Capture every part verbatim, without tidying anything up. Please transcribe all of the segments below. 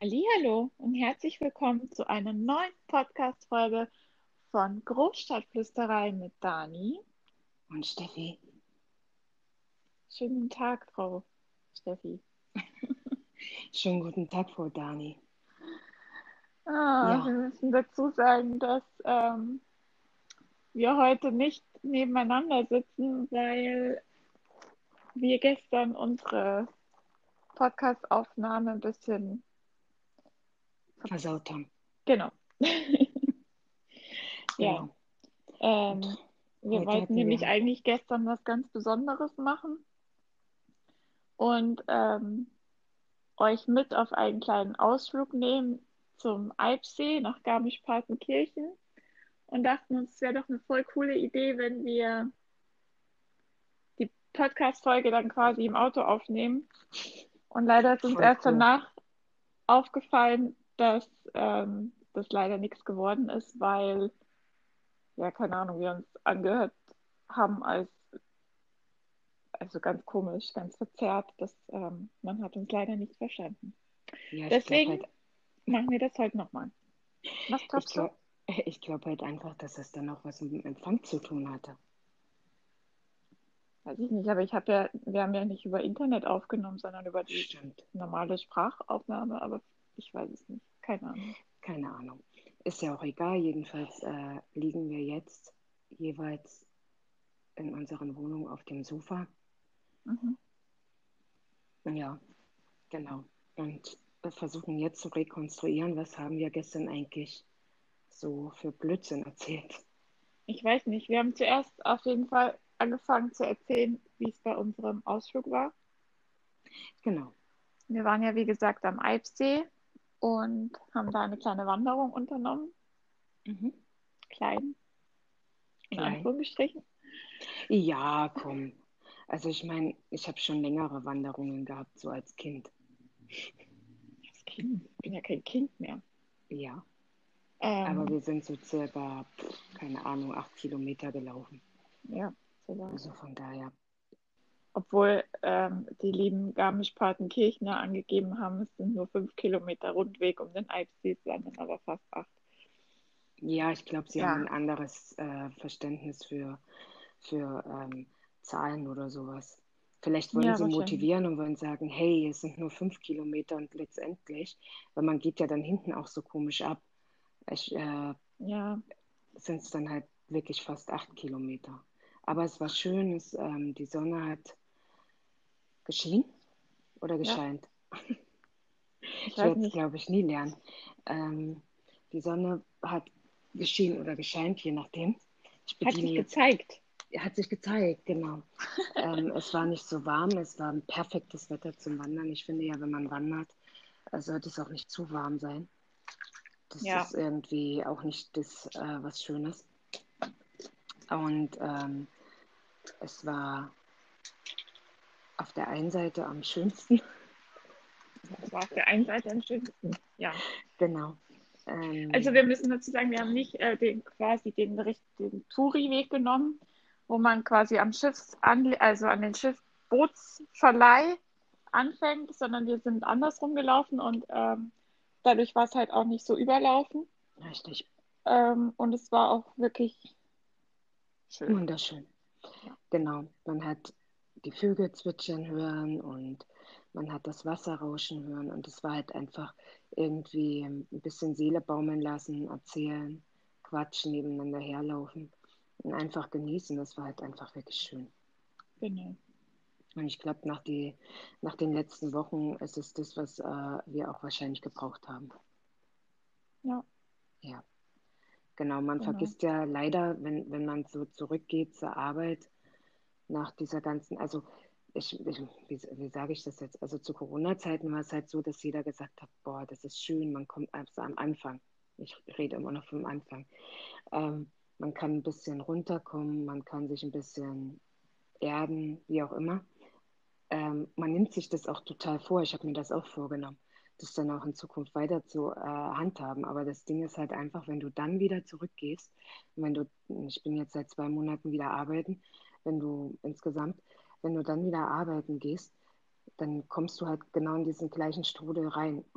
Hallihallo und herzlich willkommen zu einer neuen Podcast-Folge von Großstadtflüsterei mit Dani. Und Steffi, Schönen Tag, Frau Steffi. schönen guten Tag, Frau Dani. Ah, wir Ja, müssen dazu sagen, dass ähm, wir heute nicht nebeneinander sitzen, weil wir gestern unsere Podcast-Aufnahme ein bisschen... versaut haben. Genau. Ja, Genau. ähm, Und wir heute wollten hatten nämlich wir, eigentlich gestern was ganz Besonderes machen und ähm, euch mit auf einen kleinen Ausflug nehmen zum Eibsee nach Garmisch-Partenkirchen und dachten uns, es wäre doch eine voll coole Idee, wenn wir die Podcast-Folge dann quasi im Auto aufnehmen. Und leider ist uns voll erst cool. danach aufgefallen, dass ähm, das leider nichts geworden ist, weil, ja, keine Ahnung, wir uns angehört haben als, also ganz komisch, ganz verzerrt. Das, ähm, man hat uns leider nicht verstanden. Ja, ich glaube Deswegen halt, machen wir das heute nochmal. Was ich glaubst du? glaube, ich glaube halt einfach, dass es dann auch was mit dem Empfang zu tun hatte. Weiß ich nicht, aber ich habe ja, wir haben ja nicht über Internet aufgenommen, sondern über die Stimmt. normale Sprachaufnahme, aber ich weiß es nicht. Keine Ahnung. Keine Ahnung. Ist ja auch egal. Jedenfalls äh, liegen wir jetzt jeweils in unseren Wohnungen auf dem Sofa. Mhm. Ja, genau. Und wir versuchen jetzt zu rekonstruieren, was haben wir gestern eigentlich so für Blödsinn erzählt. Ich weiß nicht. Wir haben zuerst auf jeden Fall angefangen zu erzählen, wie es bei unserem Ausflug war. Genau. Wir waren ja, wie gesagt, am Eibsee und haben da eine kleine Wanderung unternommen. Mhm. Klein, in Klein. Anführungsstrichen. Ja, komm. Also ich meine, ich habe schon längere Wanderungen gehabt, so als Kind. Das Kind. Ich bin ja kein Kind mehr. Ja, aber Ähm, wir sind so circa, pff, keine Ahnung, acht Kilometer gelaufen. ja, so war es. Also von daher, Obwohl ähm, die lieben Garmisch-Partenkirchner angegeben haben, es sind nur fünf Kilometer Rundweg um den Eibsee, es waren dann aber fast acht. ja, ich glaube, sie haben Ja, ein anderes äh, Verständnis für, für ähm, Zahlen oder sowas. Vielleicht wollen ja, sie wahrscheinlich. motivieren und wollen sagen, hey, es sind nur fünf Kilometer und letztendlich, weil man geht ja dann hinten auch so komisch ab, ich, äh, Ja, sind es dann halt wirklich fast acht Kilometer. Aber es war schön, es, ähm, die Sonne hat geschienen oder ja, gescheint. ich Ich weiß werde es, nicht. glaube ich, nie lernen. Ähm, die Sonne hat geschienen oder gescheint, je nachdem. Ich Hat bediene sich jetzt, gezeigt. hat sich gezeigt, genau. Ähm, es war nicht so warm, es war ein perfektes Wetter zum Wandern. Ich finde ja, wenn man wandert, äh, sollte es auch nicht zu warm sein. Das Ja, ist irgendwie auch nicht das, äh, was Schönes. Und ähm, es war auf der einen Seite am schönsten. das war auf der einen Seite am schönsten. Ja. Genau. Also wir Ähm, müssen dazu sagen, wir haben nicht äh, den quasi den, den Touri-Weg genommen, wo man quasi am Schiffs also an den Schiffsbootsverleih anfängt, sondern wir sind andersrum gelaufen und ähm, dadurch war es halt auch nicht so überlaufen. richtig. Ähm, und es war auch wirklich schön. Wunderschön. Ja, Genau. Man hat die Vögel zwitschern hören und man hat das Wasser rauschen hören und es war halt einfach irgendwie ein bisschen Seele baumeln lassen, erzählen, quatschen, nebeneinander herlaufen und einfach genießen. Das war halt einfach wirklich schön. genau. Und ich glaube, nach, die, nach den letzten Wochen ist es das, was äh, wir auch wahrscheinlich gebraucht haben. Ja, Ja, genau. Man genau. vergisst ja leider, wenn, wenn man so zurückgeht zur Arbeit, nach dieser ganzen, also ich, ich wie, wie sage ich das jetzt? Also zu Corona-Zeiten war es halt so, dass jeder gesagt hat, boah, das ist schön, man kommt also am Anfang. Ich rede immer noch vom Anfang. Ähm, man kann ein bisschen runterkommen, man kann sich ein bisschen erden, wie auch immer. Ähm, man nimmt sich das auch total vor. Ich habe mir das auch vorgenommen, das dann auch in Zukunft weiter zu äh, handhaben. Aber das Ding ist halt einfach, wenn du dann wieder zurückgehst, wenn du, ich bin jetzt seit zwei Monaten wieder arbeiten, wenn du insgesamt, wenn du dann wieder arbeiten gehst, dann kommst du halt genau in diesen gleichen Strudel rein. Und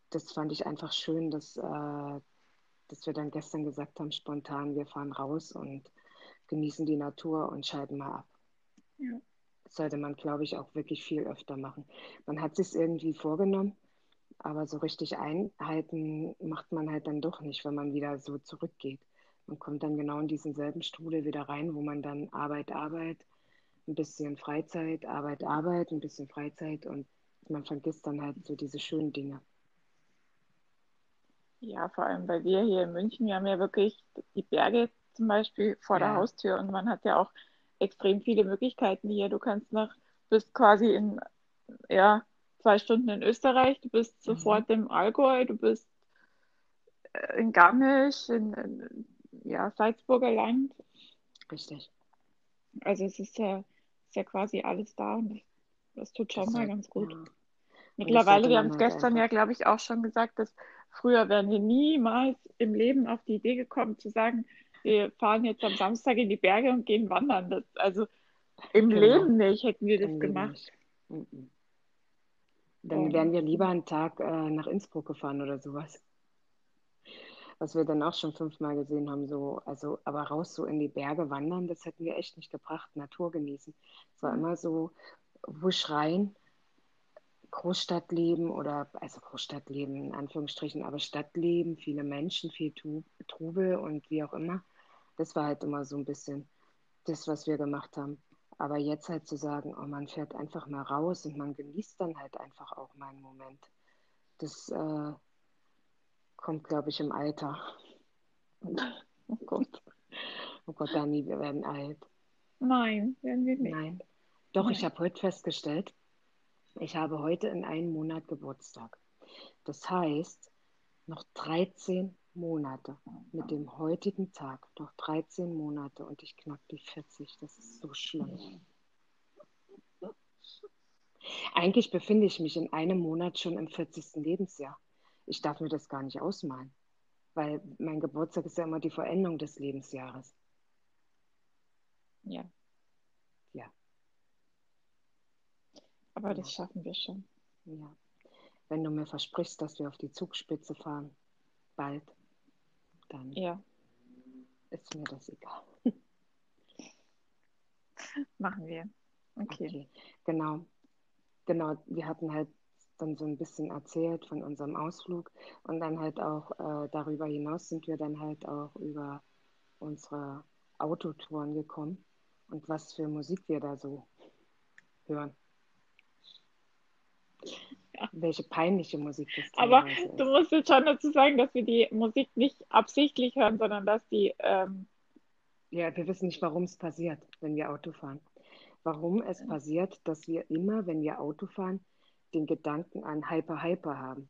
das fand ich einfach schön, dass, äh, dass wir dann gestern gesagt haben, spontan, wir fahren raus und genießen die Natur und schalten mal ab. Ja. Das sollte man, glaube ich, auch wirklich viel öfter machen. Man hat sich irgendwie vorgenommen, aber so richtig einhalten macht man halt dann doch nicht, wenn man wieder so zurückgeht. Man kommt dann genau in diesen selben Strudel wieder rein, wo man dann Arbeit, Arbeit, ein bisschen Freizeit, Arbeit, Arbeit, ein bisschen Freizeit und man vergisst dann halt so diese schönen Dinge. Ja, vor allem, weil wir hier in München, wir haben ja wirklich die Berge zum Beispiel vor der Ja, Haustür und man hat ja auch extrem viele Möglichkeiten hier. Du kannst nach, bist quasi in, ja, zwei Stunden in Österreich, du bist mhm. sofort im Allgäu, du bist äh, in Garmisch, in, in ja, Salzburger Land. Richtig. Also es ist ja, ist ja quasi alles da und das, das tut schon Das mal soll, ganz gut. ja. Und das Mittlerweile, sollte wir haben man es halt gestern ja, einfach. glaube ich, auch schon gesagt, dass früher wären wir niemals im Leben auf die Idee gekommen zu sagen, wir fahren jetzt am Samstag in die Berge und gehen wandern. Das, also im Genau, Leben nicht hätten wir das im Leben gemacht. nicht. Mhm. Dann wären Und wir lieber einen Tag äh, nach Innsbruck gefahren oder sowas. Was wir dann auch schon fünfmal gesehen haben, so, also, aber raus so in die Berge wandern, das hätten wir echt nicht gebracht, Natur genießen. Es war ja, immer so wusch rein, Großstadtleben oder, also Großstadtleben in Anführungsstrichen, aber Stadtleben, viele Menschen, viel Tu- Trubel und wie auch immer. Das war halt immer so ein bisschen das, was wir gemacht haben. Aber jetzt halt zu sagen, oh, man fährt einfach mal raus und man genießt dann halt einfach auch mal einen Moment. Das äh, kommt, glaube ich, im Alter. oh Gott. Oh Gott, Dani, wir werden alt. Nein, werden wir nicht. Nein. Doch, ich Nein. habe heute festgestellt, ich habe heute in einem Monat Geburtstag. Das heißt, noch dreizehn Monate mit dem heutigen Tag, noch dreizehn Monate und ich knack die vierzig. Das ist so schlimm. Eigentlich befinde ich mich in einem Monat schon im vierzigsten Lebensjahr. Ich darf mir das gar nicht ausmalen, weil mein Geburtstag ist ja immer die Vollendung des Lebensjahres. Ja, Ja, aber das ja, schaffen wir schon. ja. Wenn du mir versprichst, dass wir auf die Zugspitze fahren, bald, dann Ja, ist mir das egal. machen wir. Okay. Okay, genau, genau. Wir hatten halt dann so ein bisschen erzählt von unserem Ausflug und dann halt auch äh, darüber hinaus sind wir dann halt auch über unsere Autotouren gekommen und was für Musik wir da so hören. Ja. Welche peinliche Musik das Aber teilweise du ist. musst jetzt schon dazu sagen, dass wir die Musik nicht absichtlich hören, sondern dass die, ähm, Ja, wir wissen nicht, warum es passiert, wenn wir Auto fahren. Warum es passiert, dass wir immer, wenn wir Auto fahren, den Gedanken an Hyper Hyper haben.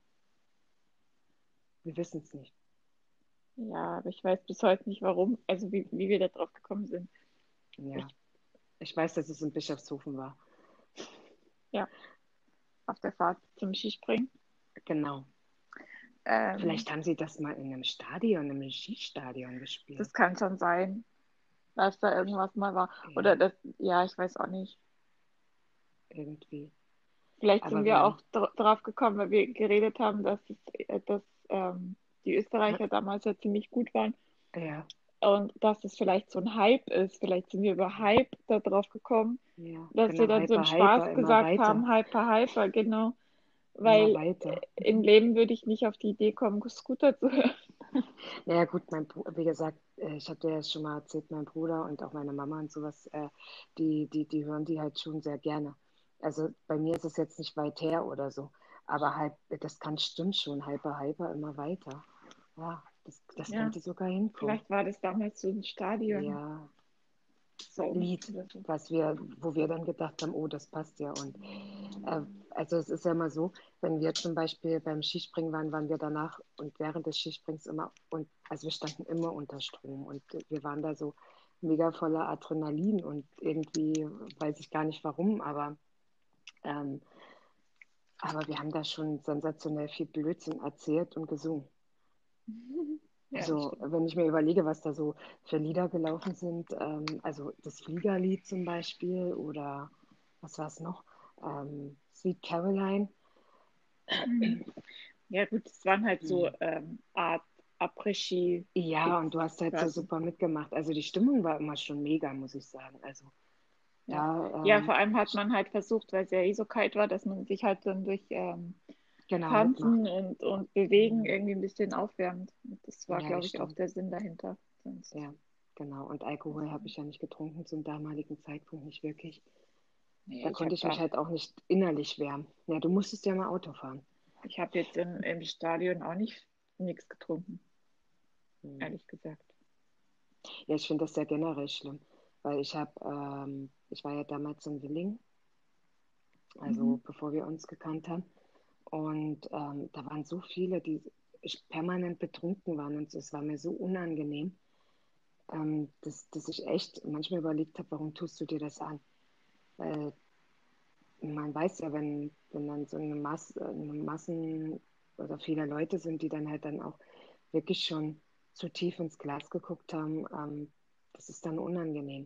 Wir wissen es nicht. ja, aber ich weiß bis heute nicht warum, also wie, wie wir da drauf gekommen sind. Ja, Ich, ich weiß, dass es in Bischofshofen war. ja, auf der Fahrt zum Skispringen. Genau. Ähm, Vielleicht haben sie das mal in einem Stadion, in einem Skistadion gespielt. Das kann schon sein, dass da irgendwas mal war. Oder Ja, das, ja, ich weiß auch nicht. irgendwie. Vielleicht sind Aber wir wir, auch dr drauf gekommen, weil wir geredet haben, dass, es, äh, dass ähm, die Österreicher damals ja ziemlich gut waren ja, und dass es vielleicht so ein Hype ist. Vielleicht sind wir über Hype da drauf gekommen, ja, dass wir genau, dann so im Hyper Hyper, Spaß immer gesagt haben, weiter, Hyper, Hyper, genau. immer Weil weiter. äh, im Leben würde ich nicht auf die Idee kommen, Scooter zu hören. Naja, gut, mein Bruder, wie gesagt, äh, ich habe dir ja schon mal erzählt, mein Bruder und auch meine Mama und sowas, äh, die, die, die hören die halt schon sehr gerne. Also bei mir ist es jetzt nicht weit her oder so, aber halt, das kann stimmt schon, Hyper, Hyper, immer weiter. Ja, das, das Ja, könnte sogar hinkommen. vielleicht war das damals so ein Stadion-Song Ja, Lied, oder so. was wir, wo wir dann gedacht haben, oh, das passt ja. Und äh, also es ist ja immer so, wenn wir zum Beispiel beim Skispringen waren, waren wir danach und während des Skisprings immer und also wir standen immer unter Strom und wir waren da so mega voller Adrenalin und irgendwie weiß ich gar nicht warum, aber ähm, aber wir haben da schon sensationell viel Blödsinn erzählt und gesungen. Ja, das Also, stimmt. wenn ich mir überlege, was da so für Lieder gelaufen sind, ähm, also das Fliegerlied zum Beispiel oder was war es noch? Ähm, Sweet Caroline. Mhm. Ja gut, es waren halt so Mhm. ähm, Art Après-Ski Ja, und du hast halt so quasi. super mitgemacht. Also die Stimmung war immer schon mega, muss ich sagen. Also Ja. da, Ja, ähm, vor allem hat man halt versucht, weil es ja eh so kalt war, dass man sich halt dann durch ähm, genau mitmacht. Tanzen und, und Bewegen Mhm. irgendwie ein bisschen aufwärmt. Und das war, Ja, glaube das ich, auch stimmt. der Sinn dahinter. Sonst. Ja, genau. Und Alkohol habe ich ja nicht getrunken zum damaligen Zeitpunkt, nicht wirklich. Nee, Da ich konnte habe ich mich da, halt auch nicht innerlich wärmen. Ja, du musstest ja mal Auto fahren. ich habe jetzt im, im Stadion auch nicht nichts getrunken, Mhm. ehrlich gesagt. Ja, ich finde das ja generell schlimm, weil ich habe, ähm, ich war ja damals in Willing, Mhm. also bevor wir uns gekannt haben. Und ähm, da waren so viele, die permanent betrunken waren und es war mir so unangenehm, ähm, dass, dass ich echt manchmal überlegt habe, warum tust du dir das an? Weil man weiß ja, wenn, wenn dann so eine, Masse, eine Massen oder viele Leute sind, die dann halt dann auch wirklich schon zu tief ins Glas geguckt haben, ähm, das ist dann unangenehm.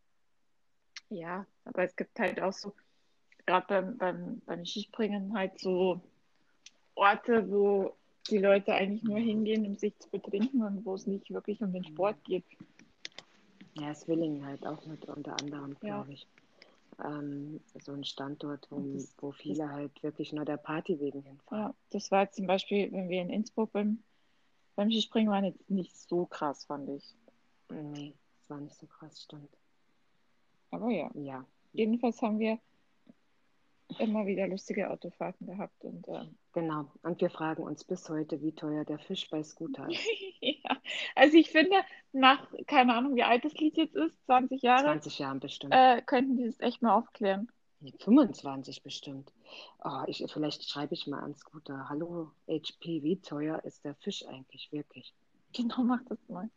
Ja, aber es gibt halt auch so, gerade beim, beim, beim Skispringen halt so Orte, wo die Leute eigentlich nur hingehen, um sich zu betrinken und wo es nicht wirklich um den Sport geht. Ja, es Willingen halt auch mit unter anderem, Ja, glaube ich. Ähm, so ein Standort, und wo, das, wo das, viele halt wirklich nur der Party wegen hinfahren. ja, das war jetzt zum Beispiel, wenn wir in Innsbruck beim, beim Skispringen waren, jetzt nicht so krass, fand ich. Nee, das war nicht so krass, stimmt. Aber ja, Ja, jedenfalls haben wir immer wieder lustige Autofahrten gehabt und ähm, genau. Und wir fragen uns bis heute, wie teuer der Fisch bei Scooter ist. ja, also ich finde, nach, keine Ahnung, wie alt das Lied jetzt ist, zwanzig Jahre, zwanzig Jahren bestimmt. äh, könnten die das echt mal aufklären. Nee, fünfundzwanzig bestimmt. Oh, ich, vielleicht schreibe ich mal an Scooter. Hallo H P, wie teuer ist der Fisch eigentlich wirklich? Genau, mach das mal.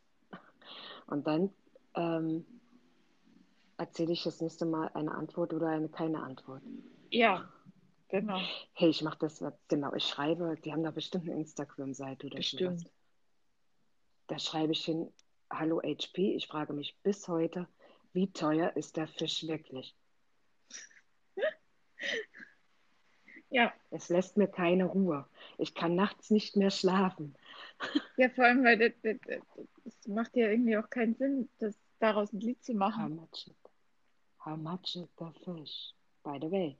Und dann ähm, erzähle ich das nächste Mal eine Antwort oder eine keine Antwort. Ja, genau, Hey, ich mache das, genau, ich schreibe, die haben da bestimmt eine Instagram-Seite oder sowas. bestimmt. Da schreibe ich hin, hallo H P, ich frage mich bis heute, wie teuer ist der Fisch wirklich? Ja, Es lässt mir keine Ruhe. Ich kann nachts nicht mehr schlafen. ja, vor allem, weil das, das, das macht ja irgendwie auch keinen Sinn, das daraus ein Lied zu How machen. much is, how much is the fish? By the way.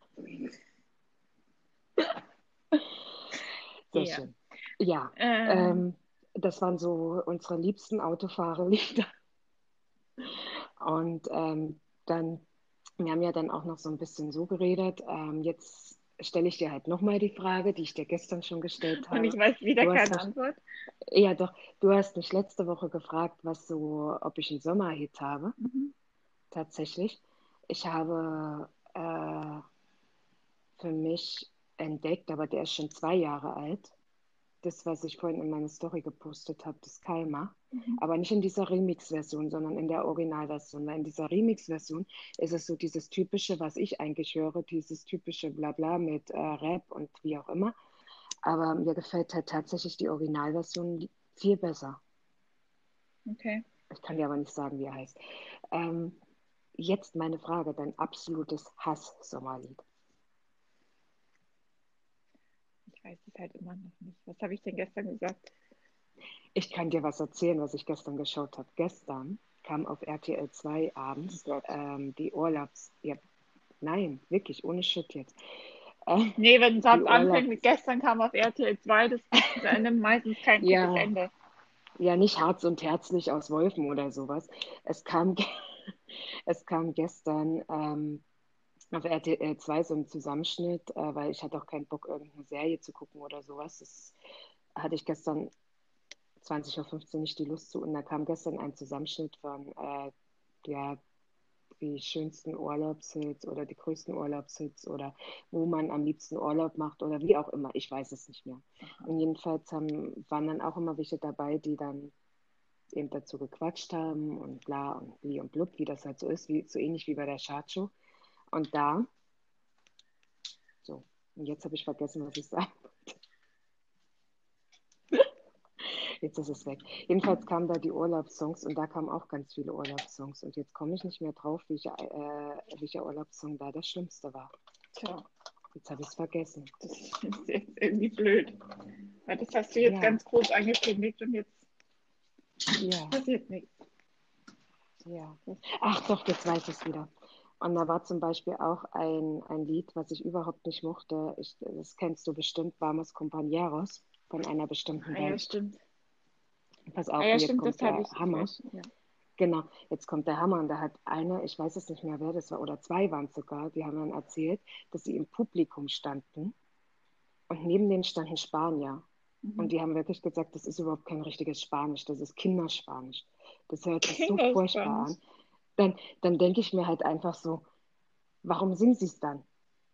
Sehr Ja. schön. Ja, Ähm, ähm, das waren so unsere liebsten Autofahrerlieder. Und ähm, dann, wir haben ja dann auch noch so ein bisschen so geredet. Ähm, jetzt stelle ich dir halt nochmal die Frage, die ich dir gestern schon gestellt und ich habe. weiß wieder Du hast keine mich, Antwort. ja doch, du hast mich letzte Woche gefragt, was so, ob ich einen Sommerhit habe. Mhm. Tatsächlich. Ich habe äh, für mich entdeckt, aber der ist schon zwei Jahre alt. Das, was ich vorhin in meine Story gepostet habe, das Kalma. Mhm. Aber nicht in dieser Remix-Version, sondern in der Originalversion. Weil in dieser Remix-Version ist es so dieses typische, was ich eigentlich höre, dieses typische Blabla mit äh, Rap und wie auch immer. Aber mir gefällt halt tatsächlich die Originalversion viel besser. Okay. Ich kann dir aber nicht sagen, wie er heißt. Ähm, jetzt meine Frage, dein absolutes Hass-Sommerlied. Ich weiß es halt immer noch nicht. Was habe ich denn gestern gesagt? Ich kann dir was erzählen, was ich gestern geschaut habe. Gestern kam auf R T L zwei Oh abends Gott. ähm, die Urlaubs... Ja, nein, wirklich, ohne Shit jetzt. Äh, Nee, wenn ein die Satz anfängt mit Urlaubs... gestern kam auf R T L zwei, das ist zu Ende meistens kein gutes Ja, Ende. ja, nicht Harz und Herzlich aus Wolfen oder sowas. Es kam, es kam gestern ähm, auf R T L zwei so ein Zusammenschnitt, äh, weil ich hatte auch keinen Bock, irgendeine Serie zu gucken oder sowas. Das hatte ich gestern zwanzig Uhr fünfzehn nicht die Lust zu. Und da kam gestern ein Zusammenschnitt von äh, ja, die schönsten Urlaubshits oder die größten Urlaubshits oder wo man am liebsten Urlaub macht oder wie auch immer. Ich weiß es nicht mehr. Aha. Und jedenfalls haben, waren dann auch immer welche dabei, die dann eben dazu gequatscht haben und bla und wie und blub, wie das halt so ist, wie, so ähnlich wie bei der Chartshow. Und da, so, und jetzt habe ich vergessen, was ich sagen wollte. Jetzt ist es weg. Jedenfalls kamen da die Urlaubssongs und da kamen auch ganz viele Urlaubssongs. Und jetzt komme ich nicht mehr drauf, welcher, äh, welcher Urlaubssong da der schlimmste war. Tja. Jetzt habe ich es vergessen. Das ist jetzt irgendwie blöd. Weil das hast du jetzt Ja, ganz groß angekündigt und jetzt ja, passiert nichts. ja. Ach doch, jetzt weiß ich es wieder. Und da war zum Beispiel auch ein, ein Lied, was ich überhaupt nicht mochte. Ich, das kennst du bestimmt, Vamos Compañeros von einer bestimmten Ah ja, Band. stimmt. Pass Ah auf, ja, und jetzt stimmt, das kommt habe der ich. Ich Hammer. weiß schon, ja. Genau, jetzt kommt der Hammer. Und da hat eine, ich weiß es nicht mehr, wer das war, oder zwei waren es sogar, die haben dann erzählt, dass sie im Publikum standen und neben denen standen Spanier. Und Mhm. die haben wirklich gesagt, das ist überhaupt kein richtiges Spanisch, das ist Kinderspanisch. Das hört sich so furchtbar Kinderspanisch. an. Dann, dann denke ich mir halt einfach so, warum singen sie es dann?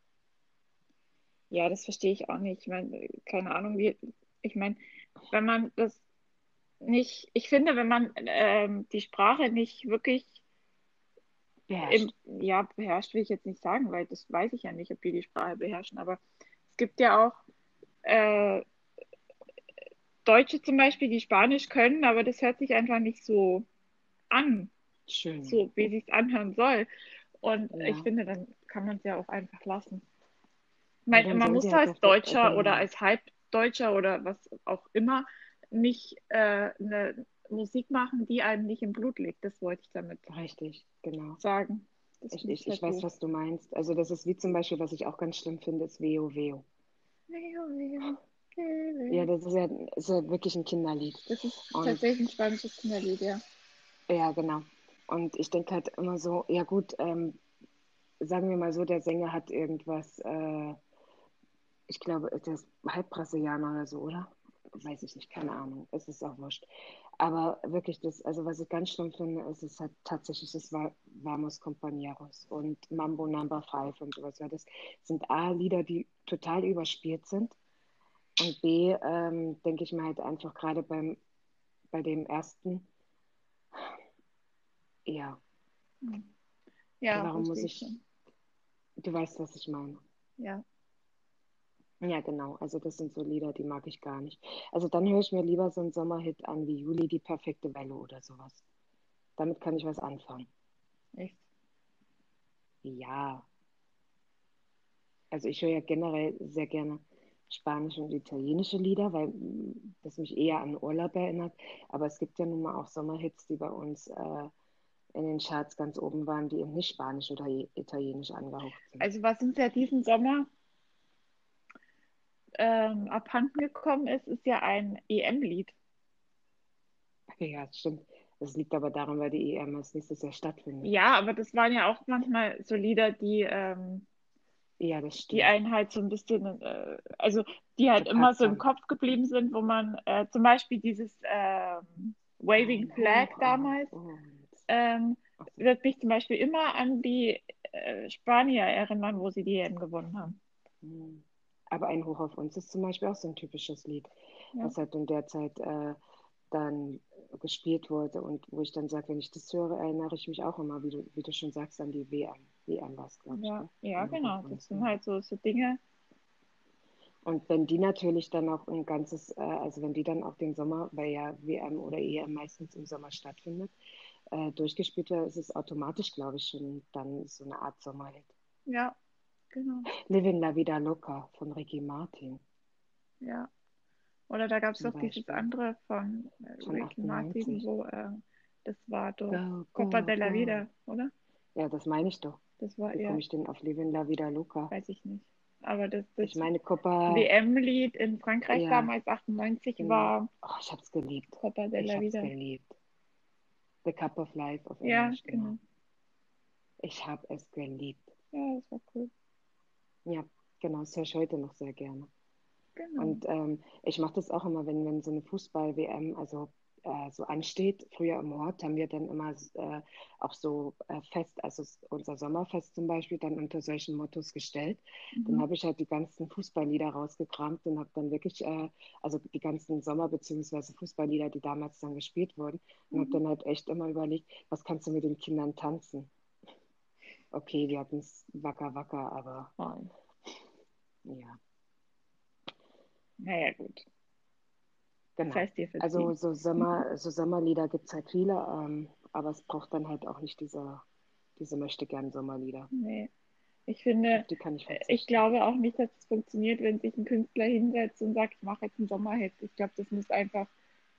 Ja, das verstehe ich auch nicht. Ich meine, keine Ahnung, wie. Ich meine, wenn man das nicht. Ich finde, wenn man ähm, die Sprache nicht wirklich im, Beherrscht. ja, beherrscht, will ich jetzt nicht sagen, weil das weiß ich ja nicht, ob die die Sprache beherrschen. Aber es gibt ja auch äh, Deutsche zum Beispiel, die Spanisch können, aber das hört sich einfach nicht so an, Schön. so wie sich anhören soll. Und ich Ja. finde, dann kann man es ja auch einfach lassen. Ich Ja, meine, dann man sollen muss sie da halt als doch, die- Deutscher oder genau, als Halbdeutscher oder was auch immer nicht äh, eine Musik machen, die einem nicht im Blut liegt. Das wollte ich damit richtig, genau. sagen. Das Ich, finde ich, ich ich halt weiß, doof. was du meinst. Also das ist wie zum Beispiel, was ich auch ganz schlimm finde, ist Veo Veo. Ja, das ist ja, ist ja wirklich ein Kinderlied. Das ist Und tatsächlich ein spanisches Kinderlied, ja. ja, genau. Und ich denke halt immer so, ja gut, ähm, sagen wir mal so, der Sänger hat irgendwas, äh, ich glaube, der ist halb Brasilianer oder so, oder? Weiß ich nicht, keine Ahnung. Es ist auch wurscht. Aber wirklich, das, also was ich ganz schlimm finde, ist es halt tatsächlich das Va- Vamos Compañeros und Mambo Number Five und sowas. Weil das sind A, Lieder, die total überspielt sind. Und B, ähm, denke ich mir halt einfach gerade beim, bei dem ersten, ja, Ja, warum verstehe muss ich ich, schon. du weißt, was ich meine. Ja. Ja, genau. Also das sind so Lieder, die mag ich gar nicht. Also dann höre ich mir lieber so einen Sommerhit an wie Juli, die perfekte Welle oder sowas. Damit kann ich was anfangen. Echt. Ja, also ich höre ja generell sehr gerne spanische und italienische Lieder, weil mm, das mich eher an Urlaub erinnert. Aber es gibt ja nun mal auch Sommerhits, die bei uns äh, in den Charts ganz oben waren, die eben nicht spanisch oder i- italienisch angehaucht sind. Also was uns ja diesen Sommer ähm, abhanden gekommen ist, ist ja ein E M-Lied. Ja, das stimmt. Das liegt aber daran, weil die E M erst nächstes Jahr stattfindet. Ja, aber das waren ja auch manchmal so Lieder, die, ähm, Ja, das die stimmt. einen halt so ein bisschen, äh, also die halt immer Gepackt so im haben. Kopf geblieben sind, wo man äh, zum Beispiel dieses ähm, Waving Ein Flag Hoch damals auf uns. ähm, Ach so. wird mich zum Beispiel immer an die äh, Spanier erinnern, wo sie die E M gewonnen haben. Hm. Aber ein Hoch auf uns ist zum Beispiel auch so ein typisches Lied, Ja, was halt in der Zeit äh, dann gespielt wurde und wo ich dann sage, wenn ich das höre, erinnere ich mich auch immer, wie du, wie du schon sagst, an die W M. W M war es, glaube ich, ja, gell? ja, Ein Hoch genau. auf Das uns, sind ja. halt so, so Dinge. Und wenn die natürlich dann auch ein ganzes, äh, also wenn die dann auch den Sommer, weil ja W M oder E M meistens im Sommer stattfindet, äh, durchgespielt wird, ist es automatisch, glaube ich, schon dann so eine Art Sommerhit. Ja, genau. Living La Vida Loca von Ricky Martin Ja. Oder da gab es zum doch dieses Beispiel, andere von äh, von Ricky Martin, achtundneunzig. wo äh, das war doch Go, Copa go, de la go. Vida, oder? Ja, das meine ich doch. Das war Wie eher, komme ich denn auf Living La Vida Loca? weiß ich nicht. Aber das, Ich das meine, Copa, W M-Lied in Frankreich ja, damals achtundneunzig genau. war Oh, ich hab's geliebt. Copa de Ich la hab's Vida. geliebt. The Cup of Life auf Ja, Englisch, genau. genau. Ich hab es geliebt. Ja, das war cool. Ja, genau, das höre ich heute noch sehr gerne. Genau. Und ähm, ich mache das auch immer, wenn, wenn so eine Fußball-W M, also äh, so ansteht. Früher im Ort haben wir dann immer äh, auch so äh, Fest, also s- unser Sommerfest zum Beispiel, dann unter solchen Mottos gestellt. Dann Mhm. habe ich halt die ganzen Fußballlieder rausgekramt und habe dann wirklich, äh, also die ganzen Sommer- bzw. Fußballlieder, die damals dann gespielt wurden, und habe Mhm. dann halt echt immer überlegt, was kannst du mit den Kindern tanzen? Okay, wir hatten es wacker wacker, aber Voll. ja. Naja, gut. Genau. Sei es dir Also verziehen. so Sommer, so Sommerlieder gibt es halt viele, ähm, aber es braucht dann halt auch nicht diese, diese Möchtegern-Sommerlieder. Nee. Ich finde, Auf die kann ich ich verzichten. glaube auch nicht, dass es funktioniert, wenn sich ein Künstler hinsetzt und sagt, ich mache jetzt einen Sommerhit. Ich glaube, das muss einfach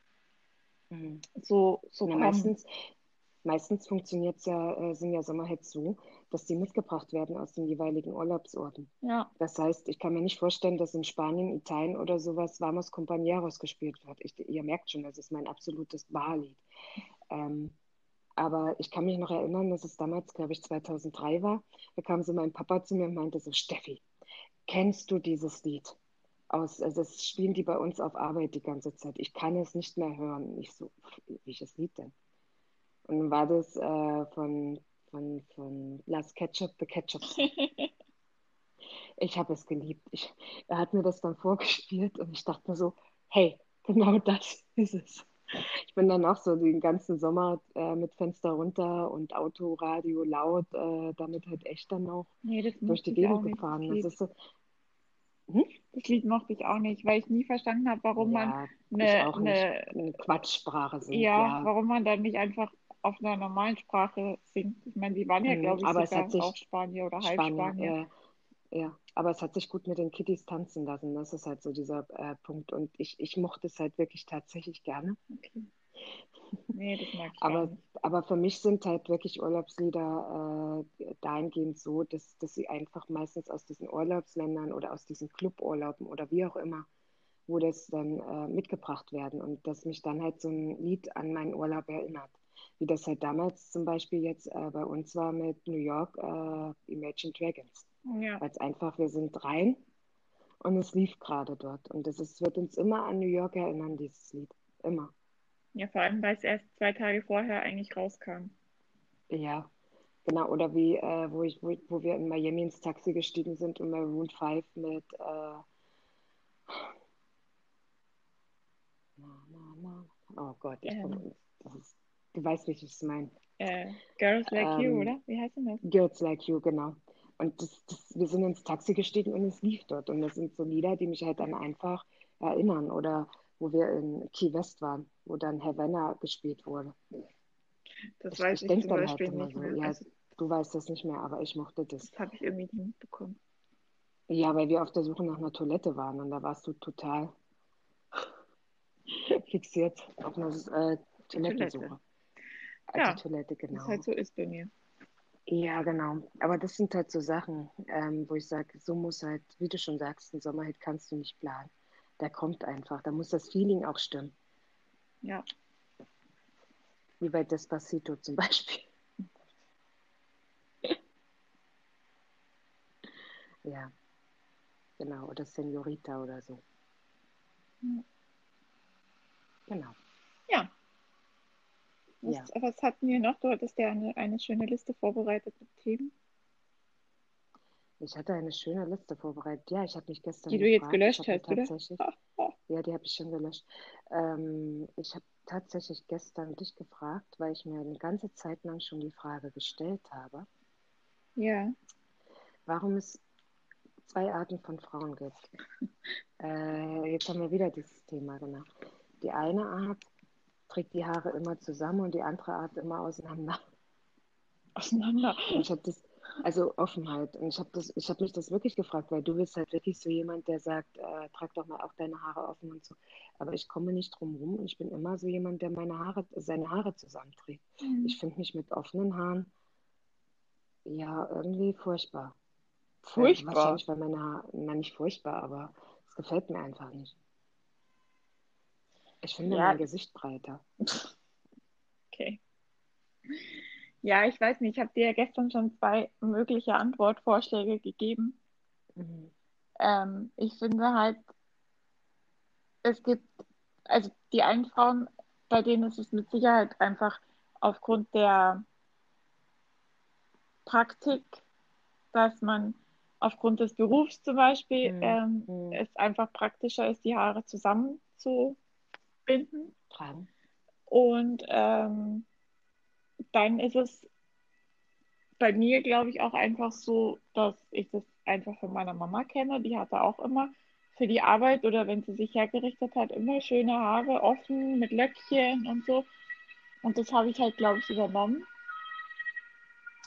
Mhm. so, so Na, kommen. meistens, meistens funktioniert ja, äh, sind ja Sommerhits so, dass die mitgebracht werden aus den jeweiligen Urlaubsorten. Ja. Das heißt, ich kann mir nicht vorstellen, dass in Spanien, Italien oder sowas Vamos Compañeros gespielt wird. Ich, ihr merkt schon, das ist mein absolutes Barlied. Ähm, aber ich kann mich noch erinnern, dass es damals, glaube ich, zweitausenddrei war. Da kam so mein Papa zu mir und meinte so, Steffi, kennst du dieses Lied? Aus, also das spielen die bei uns auf Arbeit die ganze Zeit. Ich kann es nicht mehr hören. Ich so, welches Lied denn? Und dann war das äh, von, von, von Las Ketchup, The Ketchup Song. Ich habe es geliebt. Ich, er hat mir das dann vorgespielt und ich dachte mir so, hey, genau das ist es. Ich bin dann auch so den ganzen Sommer äh, mit Fenster runter und Autoradio laut, äh, damit halt echt dann auch Nee, das durch mochte die ich auch Gegend nicht, das gefahren. Das Lied. ist so, hm? Das Lied mochte ich auch nicht, weil ich nie verstanden habe, warum man Ja, ich eine, auch nicht. eine, Eine Quatschsprache singt, ja, ja. warum man dann nicht einfach auf einer normalen Sprache singt. Ich meine, die waren ja, Mhm. glaube ich, Aber es hat sogar auch sich, Spanier oder Spanier, Halbspanier. ja, ja, aber es hat sich gut mit den Kiddies tanzen lassen. Das ist halt so dieser äh, Punkt. Und ich, ich mochte es halt wirklich tatsächlich gerne. Okay. Nee, das mag ich auch Aber, nicht. aber für mich sind halt wirklich Urlaubslieder äh, dahingehend so, dass, dass sie einfach meistens aus diesen Urlaubsländern oder aus diesen Cluburlauben oder wie auch immer, wo das dann äh, mitgebracht werden und dass mich dann halt so ein Lied an meinen Urlaub erinnert. Wie das halt damals zum Beispiel jetzt äh, bei uns war mit New York äh, Imagine Dragons. Ja. Weil es einfach, wir sind rein und es lief gerade dort. Und das ist, wird uns immer an New York erinnern, dieses Lied. Immer. Ja, vor allem, weil es erst zwei Tage vorher eigentlich rauskam. Ja, genau. Oder wie, äh, wo, ich, wo, wo wir in Miami ins Taxi gestiegen sind und Maroon fünf mit äh, na, na, na. Oh Gott, ich komme. Ähm, Das ist, du weißt, wie ich es meine. äh, Girls Like You, Ähm, oder? Wie heißt denn das? Girls Like You, genau. Und das, das, wir sind ins Taxi gestiegen und es lief dort. Und das sind so Lieder, die mich halt dann einfach erinnern. Oder wo wir in Key West waren, wo dann Havana gespielt wurde. Das Ich, weiß ich ich denke zum dann halt Beispiel immer nicht so, mehr. ja, Also, du weißt das nicht mehr, aber ich mochte das. das habe ich irgendwie nicht mitbekommen. Ja, weil wir auf der Suche nach einer Toilette waren und da warst du total fixiert auf eine äh, Die Toilette. Toilettensuche. Äh, Die Ja, Toilette, wie es halt genau. so ist bei mir. Ja, genau. Aber das sind halt so Sachen, ähm, wo ich sage, so muss halt, wie du schon sagst, ein Sommerhit kannst du nicht planen. Der kommt einfach. Da muss das Feeling auch stimmen. Ja. Wie bei Despacito zum Beispiel. Ja, genau. Oder Senorita oder so. Genau. Ja. Was, Ja. was hatten wir noch? Du hattest ja eine, eine schöne Liste vorbereitet mit Themen, Ich hatte eine schöne Liste vorbereitet. Ja, ich habe mich die gestern du jetzt gefragt. Ich gelöscht habe mir hast, oder? tatsächlich, Ha, ha. ja, die habe ich schon gelöscht. Ähm, ich habe tatsächlich gestern dich gefragt, weil ich mir eine ganze Zeit lang schon die Frage gestellt habe, Ja. warum es zwei Arten von Frauen gibt. Äh, jetzt haben wir wieder dieses Thema, genau. Die eine Art trägt die Haare immer zusammen und die andere Art immer auseinander. Auseinander. Und ich habe das, also Offenheit. Und ich habe das, ich habe mich das wirklich gefragt, weil du bist halt wirklich so jemand, der sagt, äh, trag doch mal auch deine Haare offen und so. Aber ich komme nicht drum rum und ich bin immer so jemand, der meine Haare, seine Haare zusammenträgt. Hm. Ich finde mich mit offenen Haaren ja irgendwie furchtbar. Weil, Furchtbar. wahrscheinlich, weil meine Haare, na nicht furchtbar, aber es gefällt mir einfach nicht. Ich finde Ja, mein Gesicht breiter. okay. Ja, ich weiß nicht, ich habe dir ja gestern schon zwei mögliche Antwortvorschläge gegeben. Mhm. Ähm, ich finde halt, es gibt, also die einen Frauen, bei denen ist es mit Sicherheit einfach aufgrund der Praktik, dass man aufgrund des Berufs zum Beispiel Mhm. ähm, Mhm. es einfach praktischer ist, die Haare zusammenzubinden. Tragen. Und ähm, dann ist es bei mir, glaube ich, auch einfach so, dass ich das einfach von meiner Mama kenne. Die hatte auch immer für die Arbeit oder wenn sie sich hergerichtet hat, immer schöne Haare, offen, mit Löckchen und so. Und das habe ich halt, glaube ich, übernommen.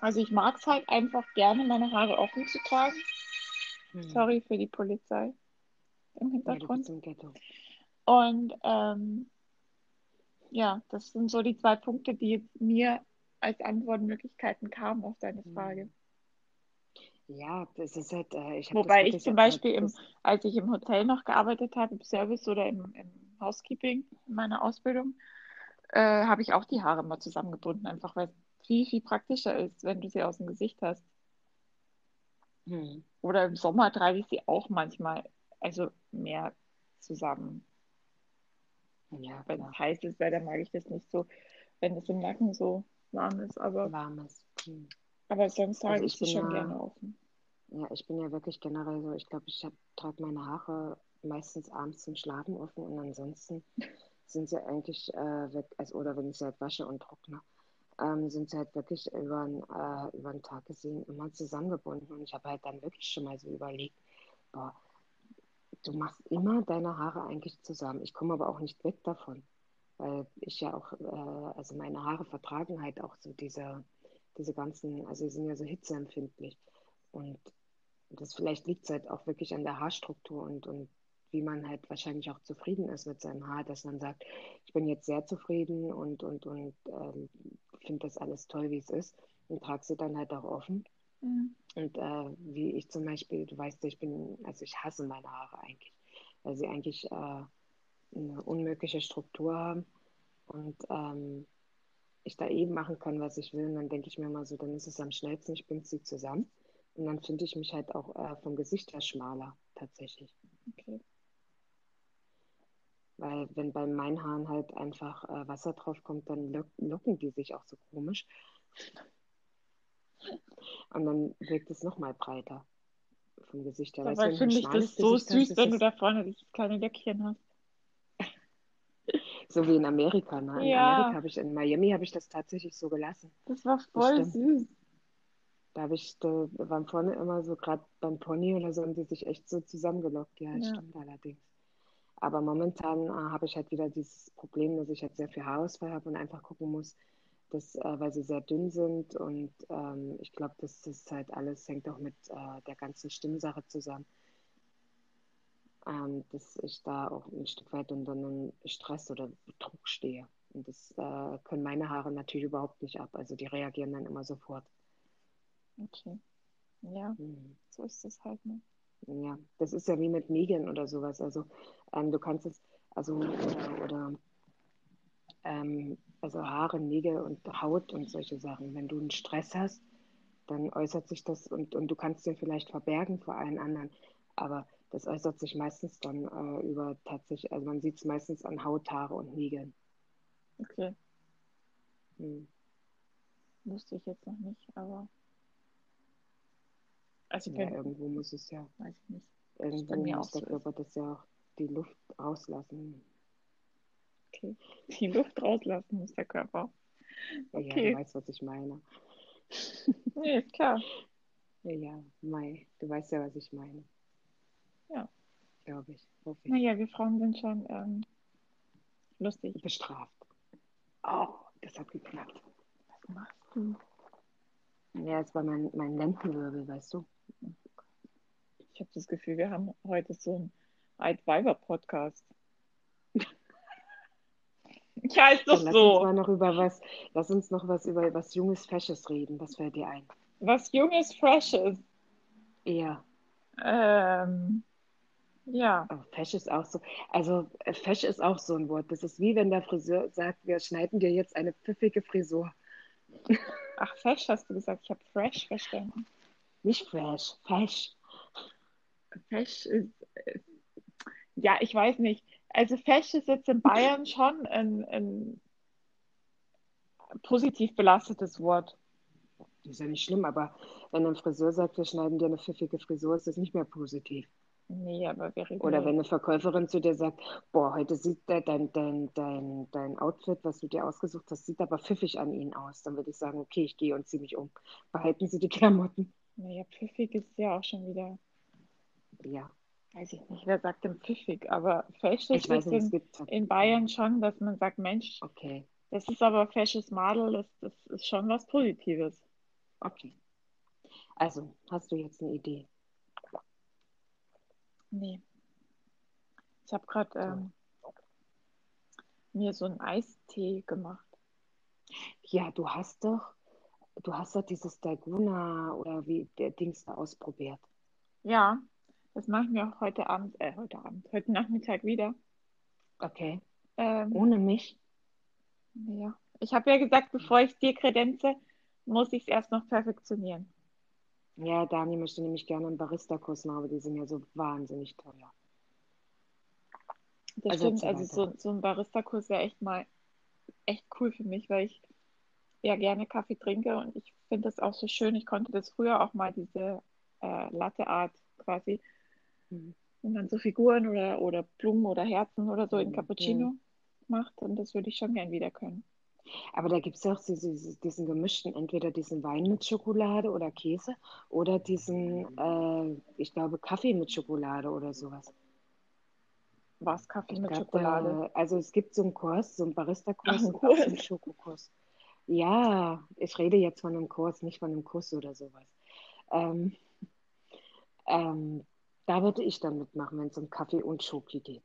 Also ich mag es halt einfach gerne, meine Haare offen zu tragen. Hm. Sorry für die Polizei im Ja, du bist Hintergrund. im Ghetto. Und ähm, ja, das sind so die zwei Punkte, die jetzt mir als Antwortmöglichkeiten kamen auf deine Frage. Hm. Ja, das ist halt, äh, ich habe das Wobei ich wirklich, zum äh, Beispiel, im, das, als ich im Hotel noch gearbeitet habe, im Service oder im, im Housekeeping, in meiner Ausbildung, äh, habe ich auch die Haare mal zusammengebunden, einfach weil es viel, viel praktischer ist, wenn du sie aus dem Gesicht hast. hm. Oder im Sommer trage ich sie auch manchmal, also mehr zusammen. Ja, Wenn es klar, heiß ist, weil dann mag ich das nicht so, wenn es im Nacken so warm ist. Aber, warmes. Hm. aber sonst Also trage ich ich sie bin schon ja, gerne offen. ja, ich bin ja wirklich generell so, ich glaube, ich trage meine Haare meistens abends zum Schlafen offen und ansonsten sind sie eigentlich äh, weg, also, oder wenn ich sie halt wasche und trockne, ähm, sind sie halt wirklich über, äh, über den Tag gesehen immer zusammengebunden. Und ich habe halt dann wirklich schon mal so überlegt, boah, du machst immer deine Haare eigentlich zusammen. Ich komme aber auch nicht weg davon, weil ich ja auch, äh, also meine Haare vertragen halt auch so diese, diese ganzen, also sie sind ja so hitzeempfindlich. Und das vielleicht liegt es halt auch wirklich an der Haarstruktur und, und wie man halt wahrscheinlich auch zufrieden ist mit seinem Haar, dass man sagt, ich bin jetzt sehr zufrieden und, und, und ähm, finde das alles toll, wie es ist und trage sie dann halt auch offen. Mhm. Und äh, wie ich zum Beispiel, du weißt ja, ich bin, also ich hasse meine Haare eigentlich, weil sie eigentlich äh, eine unmögliche Struktur haben und ähm, ich da eben machen kann, was ich will. Und dann denke ich mir mal so, dann ist es am schnellsten, ich binde sie zusammen. Und dann finde ich mich halt auch äh, vom Gesicht her schmaler, tatsächlich. Okay. Weil wenn bei meinen Haaren halt einfach äh, Wasser drauf kommt, dann lock locken die sich auch so komisch. Und dann wirkt es nochmal breiter vom Gesicht her. Weißt du, Dabei wenn du ein finde ich schmales das so Gesicht hast, süß, ist wenn du es da vorne dieses kleine Löckchen hast. so wie in Amerika. Ne? In Ja, Amerika habe ich, in Miami habe ich das tatsächlich so gelassen. das war Das voll stimmt. süß. Da habe ich, da waren vorne immer so, gerade beim Pony oder so, haben die sich echt so zusammengelockt. Ja, das Ja. stimmt allerdings. Aber momentan äh, habe ich halt wieder dieses Problem, dass ich halt sehr viel Haarausfall habe und einfach gucken muss, dass, äh, weil sie sehr dünn sind und ähm, ich glaube, dass das halt alles hängt auch mit äh, der ganzen Stimmsache zusammen, ähm, dass ich da auch ein Stück weit unter einem Stress oder Druck stehe. Und das äh, können meine Haare natürlich überhaupt nicht ab. Also die reagieren dann immer sofort. Okay. Ja, Mhm. so ist es halt, ne? Ja, das ist ja wie mit Nägeln oder sowas. Also ähm, du kannst es, also oder, oder ähm, also Haare, Nägel und Haut und solche Sachen. Wenn du einen Stress hast, dann äußert sich das und, und du kannst den vielleicht verbergen vor allen anderen. Aber das äußert sich meistens dann äh, über tatsächlich, also man sieht es meistens an Haut, Haare und Nägeln. Okay, Hm. wusste ich jetzt noch nicht, aber also Ja, wenn, irgendwo muss es ja, weiß ich nicht, ob es bei irgendwo mir auch muss der so ist. Körper das ja auch die Luft rauslassen. Okay. Die Luft rauslassen muss der Körper. Ja, du Okay. weißt, was ich meine. Nee, ist klar. Ja, Mai, du weißt ja, was ich meine, Ja. glaube ich, hoffe ich. Naja, wir Frauen sind schon ähm, lustig. Bestraft. Oh, das hat geklappt. Was machst du? Ja, es war mein, mein Lendenwirbel, weißt du. Ich habe das Gefühl, wir haben heute so einen Altweiber-Podcast. Ja, ist doch Dann lass uns so. mal noch über was, lass uns noch was über was Junges, Fesches reden. Was fällt dir ein? Was Junges, Freshes. Ja, Ähm, ja. oh, fesch ist auch so. Also, äh, fesch ist auch so ein Wort. Das ist wie wenn der Friseur sagt, wir schneiden dir jetzt eine pfiffige Frisur. Ach, fesch hast du gesagt. Ich habe fresh verstanden. Nicht fresh, fesch. Fesch ist, ist, ja, ich weiß nicht. Also fesch ist jetzt in Bayern schon ein, ein positiv belastetes Wort. Das ist ja nicht schlimm, aber wenn ein Friseur sagt, wir schneiden dir eine pfiffige Frisur, ist das nicht mehr positiv. Nee, aber wir reden ja Oder wenn jetzt. eine Verkäuferin zu dir sagt, boah, heute sieht der, dein, dein, dein, dein Outfit, was du dir ausgesucht hast, sieht aber pfiffig an Ihnen aus. Dann würde ich sagen, okay, ich gehe und ziehe mich um. Behalten Sie die Klamotten. Naja, pfiffig ist ja auch schon wieder, Ja, weiß ich nicht, wer sagt denn pfiffig, aber fesches ich weiß ist nicht, es in, gibt, in ja, Bayern schon, dass man sagt, Mensch, okay. das ist aber fesches Madel, das, das ist schon was Positives. Okay. Also, hast du jetzt eine Idee? Nee, ich habe gerade So. ähm, mir so einen Eistee gemacht. Ja, du hast doch, du hast doch dieses Dalgona oder wie der Dings da ausprobiert. Ja, das mache ich mir auch heute Abend, äh, heute Abend, heute Nachmittag wieder. Okay. Ähm, Ohne mich? ja. Ich habe ja gesagt, bevor ich dir kredenze, muss ich es erst noch perfektionieren. Ja, Dani möchte nämlich gerne einen Barista-Kurs machen, aber die sind ja so wahnsinnig teuer. Das Also stimmt, erzähl also weiter. so, so ein Barista-Kurs wäre echt mal echt cool für mich, weil ich ja gerne Kaffee trinke und ich finde das auch so schön. Ich konnte das früher auch mal, diese äh, Latte Art quasi, Mhm. wenn man so Figuren oder, oder Blumen oder Herzen oder so in Mhm. Mhm. Cappuccino macht und das würde ich schon gern wieder können. Aber da gibt es ja auch diese, diesen gemischten, entweder diesen Wein mit Schokolade oder Käse oder diesen, äh, ich glaube, Kaffee mit Schokolade oder sowas. Was Kaffee Ich mit glaube, Schokolade? da, also es gibt so einen Kurs, so einen Ach, Barista-Kurs ein und auch so Kurs. einen Schokokurs. Ja, ich rede jetzt von einem Kurs, nicht von einem Kuss oder sowas. Ähm, ähm, Da würde ich dann mitmachen, wenn es um Kaffee und Schoki geht.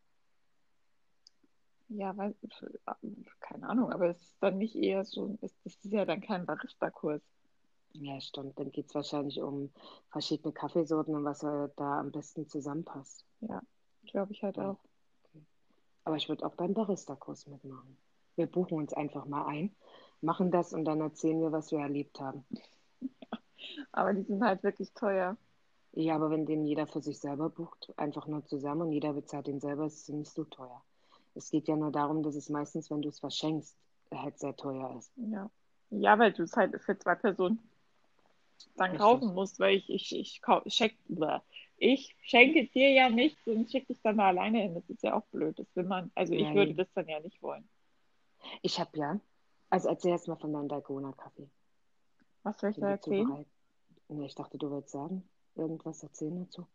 Ja, weil, keine Ahnung, aber es ist dann nicht eher so, es- das ist ja dann kein Barista-Kurs. Ja, stimmt. Dann geht es wahrscheinlich um verschiedene Kaffeesorten und was äh, da am besten zusammenpasst. Ja, glaube ich halt Ja, auch. okay. Aber ich würde auch beim Barista-Kurs mitmachen. Wir buchen uns einfach mal ein, machen das und dann erzählen wir, was wir erlebt haben. Aber die sind halt wirklich teuer. Ja, aber wenn den jeder für sich selber bucht, einfach nur zusammen und jeder bezahlt den selber, ist es nicht so teuer. Es geht ja nur darum, dass es meistens, wenn du es verschenkst, halt sehr teuer ist. Ja. Ja, weil du es halt für zwei Personen dann Richtig. kaufen musst, weil ich, ich, ich, kau- schenk, bäh. Ich schenke dir ja nichts und schicke dich dann da alleine hin. Das ist ja auch blöd. Das will man, also ich Ja, würde eben. das dann ja nicht wollen. Ich habe ja, also erzähl erst mal von deinem Dalgona-Kaffee, Was soll ich den da du erzählen? zubereitet. Ja, ich dachte, du wolltest sagen, irgendwas erzählen dazu.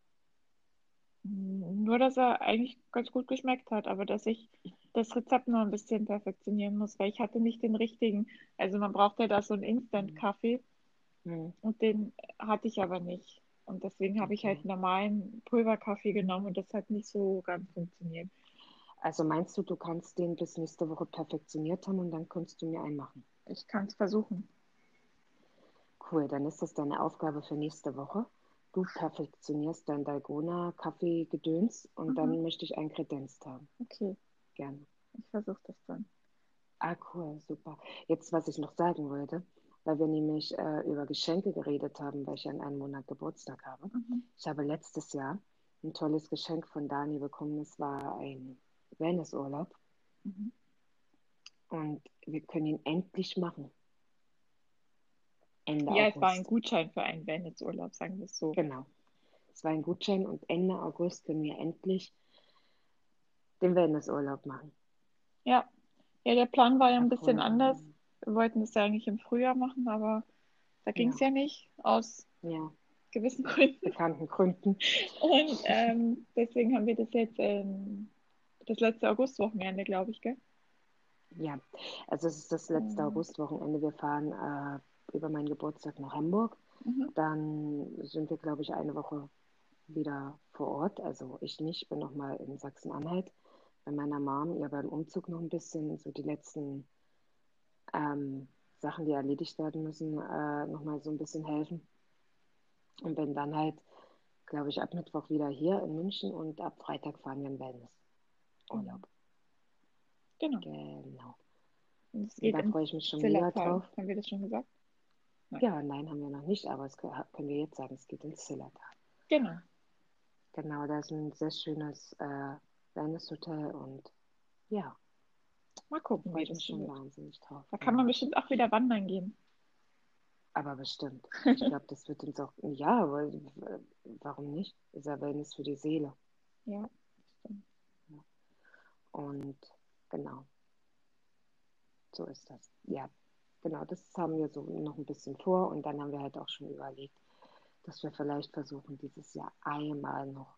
Hm, Nur, dass er eigentlich ganz gut geschmeckt hat, aber dass ich das Rezept noch ein bisschen perfektionieren muss, weil ich hatte nicht den richtigen, also man braucht ja da so einen Hm. Instant-Kaffee Hm. und den hatte ich aber nicht. Und deswegen habe ich halt Okay. normalen Pulverkaffee genommen und das hat nicht so ganz funktioniert. Also meinst du, du kannst den bis nächste Woche perfektioniert haben und dann kannst du mir einen machen? Ich kann es versuchen. Cool, dann ist das deine Aufgabe für nächste Woche. Du perfektionierst dein Dalgona-Kaffee-Gedöns und Mhm. dann möchte ich einen kredenzt haben. Okay, Gerne. ich versuche das dann. Ah, cool, super. Jetzt, was ich noch sagen wollte, weil wir nämlich äh, über Geschenke geredet haben, weil ich ja in einem Monat Geburtstag habe. Mhm. Ich habe letztes Jahr ein tolles Geschenk von Dani bekommen. Es war ein Wellnessurlaub Mhm. und wir können ihn endlich machen, Ende Ja, es war ein August. Gutschein für einen Wellnessurlaub, sagen wir es so. Genau. Es war ein Gutschein und Ende August können wir endlich den Wellnessurlaub machen. Ja, ja, der Plan war ja ein bisschen anders. Erfunden. Wir wollten es ja eigentlich im Frühjahr machen, aber da ging es Ja, ja nicht, aus ja, gewissen Gründen. bekannten Gründen. Und ähm, deswegen haben wir das jetzt ähm, das letzte Augustwochenende, glaube ich, gell? Ja, also es ist das letzte Und, Augustwochenende. Wir fahren äh, über meinen Geburtstag nach Hamburg. mhm, Dann sind wir, glaube ich, eine Woche wieder vor Ort. Also ich nicht, bin noch mal in Sachsen-Anhalt bei meiner Mom, ihr beim Umzug noch ein bisschen, so die letzten ähm, Sachen, die erledigt werden müssen, äh, noch mal so ein bisschen helfen. Und bin dann halt, glaube ich, ab Mittwoch wieder hier in München und ab Freitag fahren wir in genau. Wellnessurlaub. Genau. Genau. Und es Und geht da ins freue ich mich schon mega Zillertal. drauf. Haben wir das schon gesagt? Nein. Ja, nein, haben wir noch nicht, aber das können wir jetzt sagen, es geht ins Zillertal. Genau. Genau, da ist ein sehr schönes äh, Wellness-Hotel und ja, Mal da gucken, freue wie ich mich das so schon wird. wahnsinnig drauf. Da kann Ja, man bestimmt auch wieder wandern gehen. aber bestimmt. Ich glaube, das wird uns auch, ja, aber äh, warum nicht? Ist ja Wellness für die Seele. Ja, stimmt. Ja. Und genau, so ist das. Ja, genau, das haben wir so noch ein bisschen vor und dann haben wir halt auch schon überlegt, dass wir vielleicht versuchen, dieses Jahr einmal noch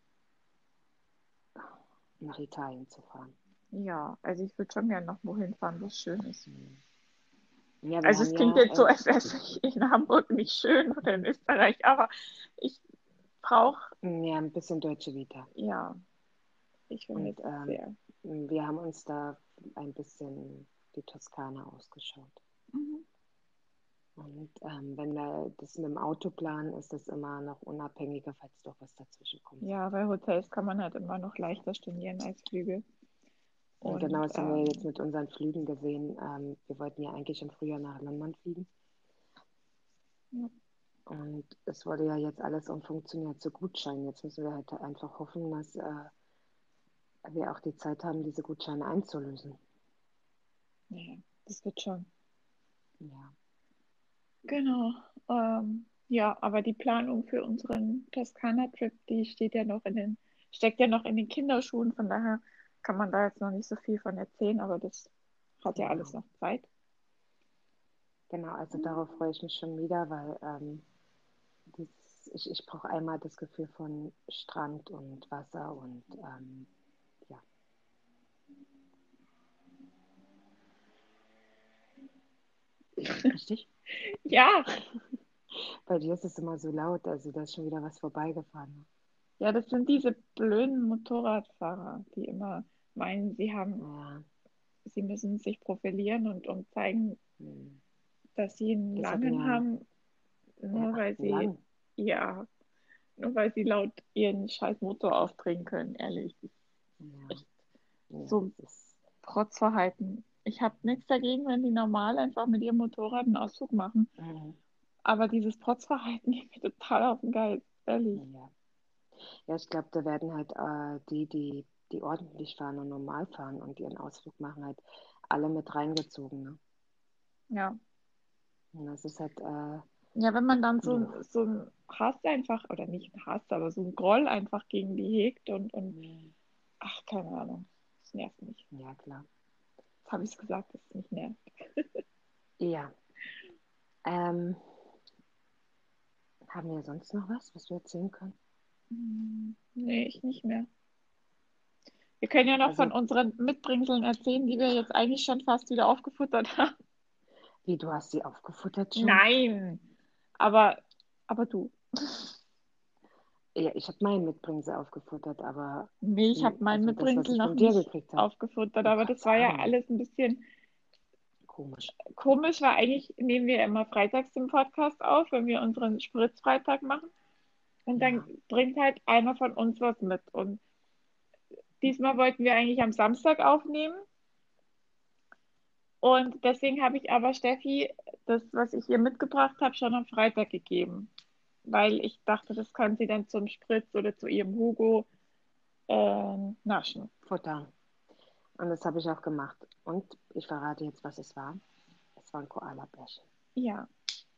nach Italien zu fahren. Ja, also ich würde schon gerne noch wohin fahren, wo es schön ist. Hm. Ja, wir Also haben es klingt ja, jetzt so, äh, als wäre es in Hamburg nicht schön oder in Österreich, aber ich brauche, ja ein bisschen Deutsche Vita. ja, ich Und vermisse es ähm, sehr. wir haben uns da ein bisschen die Toskana ausgeschaut. Mhm. Und ähm, wenn wir das mit dem Auto planen, ist das immer noch unabhängiger, falls doch was dazwischen kommt. Ja, bei Hotels kann man halt immer noch leichter stornieren als Flüge. Und Und genau das haben wir jetzt ähm, mit unseren Flügen gesehen. Ähm, wir wollten ja eigentlich im Frühjahr nach London fliegen. ja, Und es wurde ja jetzt alles umfunktioniert zu Gutscheinen. Jetzt müssen wir halt einfach hoffen, dass äh, wir auch die Zeit haben, diese Gutscheine einzulösen. ja, das wird schon. Ja, Genau. Ähm, ja, aber die Planung für unseren Toskana-Trip, die steht ja noch in den, steckt ja noch in den Kinderschuhen, von daher kann man da jetzt noch nicht so viel von erzählen, aber das hat ja alles genau. noch Zeit. Genau, also darauf freue ich mich schon wieder, weil ähm, dieses, ich, ich brauche einmal das Gefühl von Strand und Wasser und ähm, ja, richtig? Ja, Bei dir ist es immer so laut, also da ist schon wieder was vorbeigefahren. ja, das sind diese blöden Motorradfahrer, die immer meinen, sie haben, Ja, sie müssen sich profilieren und, und zeigen, hm. dass sie einen Das hat mir langen ein, haben, ja, nur ach, weil sie, lang. ja, nur weil sie laut ihren scheiß Motor aufdrehen können, ehrlich. Das ist Ja, echt ja, so das ist, Protzverhalten. Ich habe nichts dagegen, wenn die normal einfach mit ihrem Motorrad einen Ausflug machen. mhm, Aber dieses Protzverhalten geht mir total auf den Geist, ehrlich. ja. Ja, ich glaube, da werden halt äh, die, die, die ordentlich fahren und normal fahren und ihren Ausflug machen, halt alle mit reingezogen. Ne? Ja. Und das ist halt äh, Ja, wenn man dann so, doof. so einen Hass einfach, oder nicht einen Hass, aber so einen Groll einfach gegen die hegt und, und Hm, ach, keine Ahnung. Das nervt mich. ja, klar. Jetzt habe ich es gesagt, dass es mich nervt. Ja. Ähm, haben wir sonst noch was, was wir erzählen können? Hm, nee, ich nicht mehr. Wir können ja noch von Also, unseren Mitbringseln erzählen, die wir jetzt eigentlich schon fast wieder aufgefuttert haben. wie, du hast sie aufgefuttert schon? Nein, aber, aber du. Ja, ich habe meinen Mitbringsel aufgefuttert, aber Nee, ich habe wie, mein also das, was Mitbringsel ich noch von dir nicht gekriegt habe. aufgefuttert, Ich wollte aber gerade das war ja sagen, alles ein bisschen komisch. komisch, weil eigentlich nehmen wir immer freitags den Podcast auf, wenn wir unseren Spritzfreitag machen. Und dann Ja, bringt halt einer von uns was mit. Und diesmal wollten wir eigentlich am Samstag aufnehmen. Und deswegen habe ich aber Steffi das, was ich ihr mitgebracht habe, schon am Freitag gegeben. Weil ich dachte, das kann sie dann zum Spritz oder zu ihrem Hugo ähm, naschen. Futter. Und das habe ich auch gemacht. Und ich verrate jetzt, was es war. Es war ein Koala-Bärchen. Ja,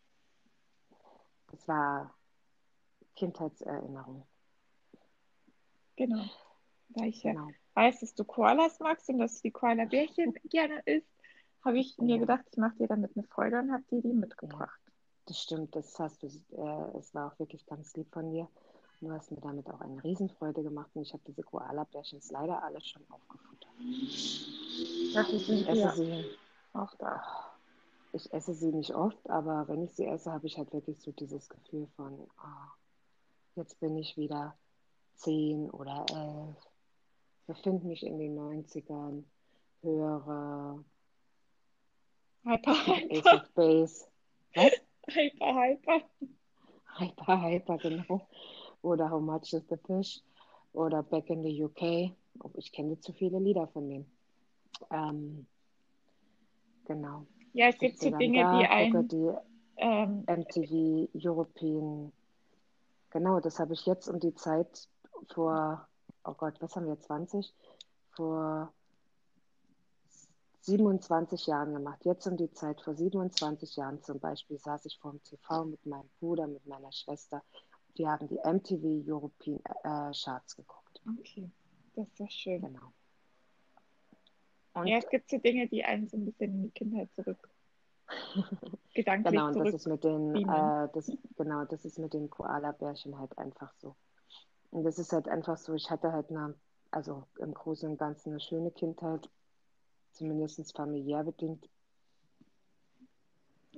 Das war Kindheitserinnerung. genau. Da ich ja Genau. weiß, dass du Koalas magst und dass du die Koala-Bärchen gerne isst, habe ich mir Ja, gedacht, ich mache dir damit eine Freude und habe dir die ja. mitgebracht. Das stimmt. Das hast du. Äh, es war auch wirklich ganz lieb von dir. Du hast mir damit auch eine Riesenfreude gemacht. Und ich habe diese Koala-Bärchens leider alle schon aufgefuttert. Dafür Ich sind esse wir sie. auch da. Ich esse sie nicht oft, aber wenn ich sie esse, habe ich halt wirklich so dieses Gefühl von, oh, jetzt bin ich wieder zehn oder elf, befinde mich in den Neunzigern, höre Hyper, Ace hyper, of Base, was? hyper, hyper. Hyper, hyper, genau. Oder How Much is the Fish? Oder Back in the U K. Oh, ich kenne zu viele Lieder von denen. Ähm, genau. Ja, es gibt Sitze so dann Dinge, die da, gucke einen, die ähm, M T V European. Genau, das habe ich jetzt um die Zeit vor, oh Gott, was haben wir, zwanzig? Vor siebenundzwanzig Jahren gemacht. Jetzt um die Zeit vor siebenundzwanzig Jahren zum Beispiel saß ich vor dem T V mit meinem Bruder, mit meiner Schwester. Wir haben die M T V European äh, Charts geguckt. okay, das ist doch schön. Genau. Ja, Und es gibt so Dinge, die einen so ein bisschen in die Kindheit zurück, gedanklich genau, und das ist mit den, zurückbeamen. äh, das, genau, das ist mit den Koala-Bärchen halt einfach so. Und das ist halt einfach so, ich hatte halt eine, also im Großen und Ganzen eine schöne Kindheit, zumindest familiär bedingt.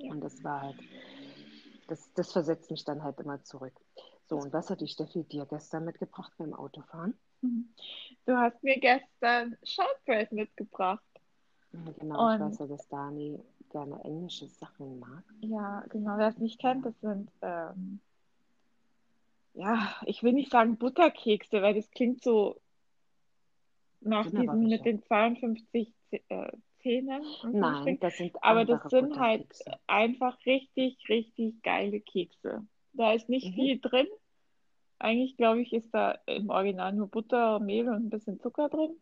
Ja. Und das war halt, das, das versetzt mich dann halt immer zurück. So, und was hat die Steffi dir gestern mitgebracht beim Autofahren? Mhm. Du hast mir gestern Shortbread mitgebracht. Genau, ich weiß Und ja, dass Dani gerne englische Sachen mag. ja, genau, wer es nicht kennt, das sind, ähm, ja, ich will nicht sagen Butterkekse, weil das klingt so nach Sind aber diesen mit welche. den zweiundfünfzig Z- äh, Zähnen, in Nein, Anführungsstrichen. das sind Aber das andere sind halt Butterkekse. einfach richtig, richtig geile Kekse. Da ist nicht Mhm. viel drin. Eigentlich, glaube ich, ist da im Original nur Butter, Mehl und ein bisschen Zucker drin.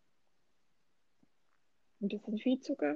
Ein bisschen viel Zucker.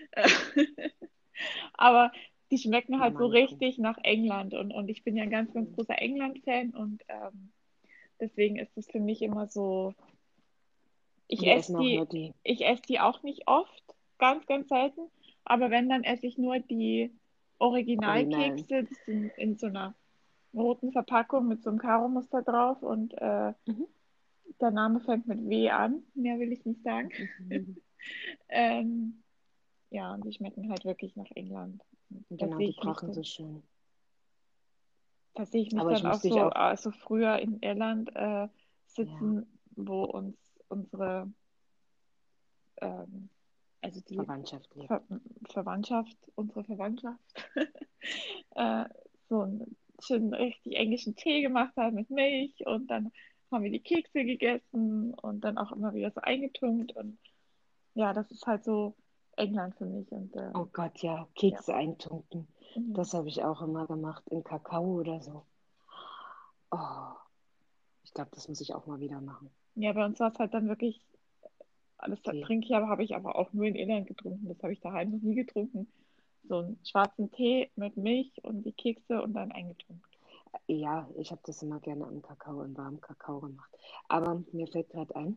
Aber die schmecken halt so Meine Kuh. richtig nach England. Und, und ich bin ja ein ganz, ganz großer England-Fan. Und ähm, deswegen ist es für mich immer so, ich Wir esse essen auch nur die, die ich esse die auch nicht oft, ganz, ganz selten. Aber wenn, dann esse ich nur die Originellen. Originalkekse. Das sind in so einer roten Verpackung mit so einem Karo-Muster drauf. Und äh, Mhm. der Name fängt mit W an. Mehr will ich nicht sagen. Mhm. Ähm, ja, und die schmecken halt wirklich nach England. Da Genau, sehe die ich mich krachen so dann, schön. da sehe ich mich Aber ich dann auch muss dich so, auch, also früher in Irland äh, ja, sitzen, wo uns unsere, ähm, also die Verwandtschaft Ver lebt. Verwandtschaft, unsere Verwandtschaft, äh, so einen schönen richtig englischen Tee gemacht haben mit Milch und dann haben wir die Kekse gegessen und dann auch immer wieder so eingetunkt und ja, das ist halt so England für mich und Oh ähm, Gott, ja, ja. Kekse eintunken. Mhm. Das habe ich auch immer gemacht, in Kakao oder so. Oh, ich glaube, das muss ich auch mal wieder machen. Ja, bei uns war es halt dann wirklich, alles Tee. trinke ich, aber habe ich aber auch nur in Irland getrunken. Das habe ich daheim noch nie getrunken. So einen schwarzen Tee mit Milch und die Kekse und dann eingetunkt. Ja, ich habe das immer gerne im Kakao, im warmen Kakao gemacht. Aber mir fällt gerade ein,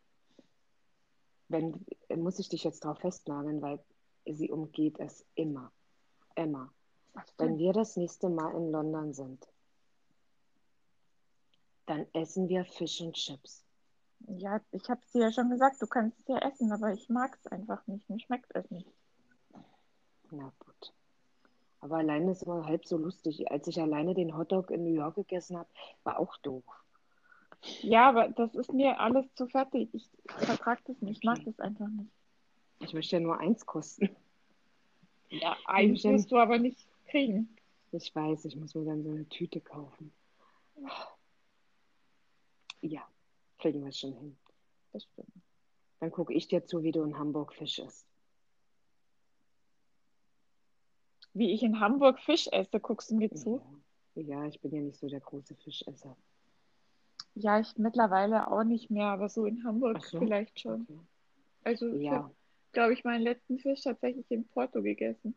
wenn, muss ich dich jetzt drauf festnageln, weil sie umgeht es immer. Emma, Was wenn denn? wir das nächste Mal in London sind, dann essen wir Fish und Chips. Ja, ich habe es dir ja schon gesagt, du kannst es ja essen, aber ich mag es einfach nicht. Mir schmeckt es nicht. Na gut. Aber alleine ist immer halb so lustig. Als ich alleine den Hotdog in New York gegessen habe, war auch doof. Ja, aber das ist mir alles zu fettig. Ich vertrag das nicht. Ich mag Okay. das einfach nicht. Ich möchte ja nur eins kosten. Ja, Ich, eins möchte ja wirst nicht, du aber nicht kriegen. ich weiß, ich muss mir dann so eine Tüte kaufen. Ja, kriegen wir schon hin. Das stimmt. Dann gucke ich dir zu, wie du in Hamburg Fisch isst. Wie ich in Hamburg Fisch esse, guckst du mir zu? Ja. Ja, ich bin ja nicht so der große Fischesser. Ja, ich mittlerweile auch nicht mehr, aber so in Ach Hamburg so? vielleicht schon. Okay. Also ich habe, Ja, glaube ich, meinen letzten Fisch tatsächlich in Porto gegessen.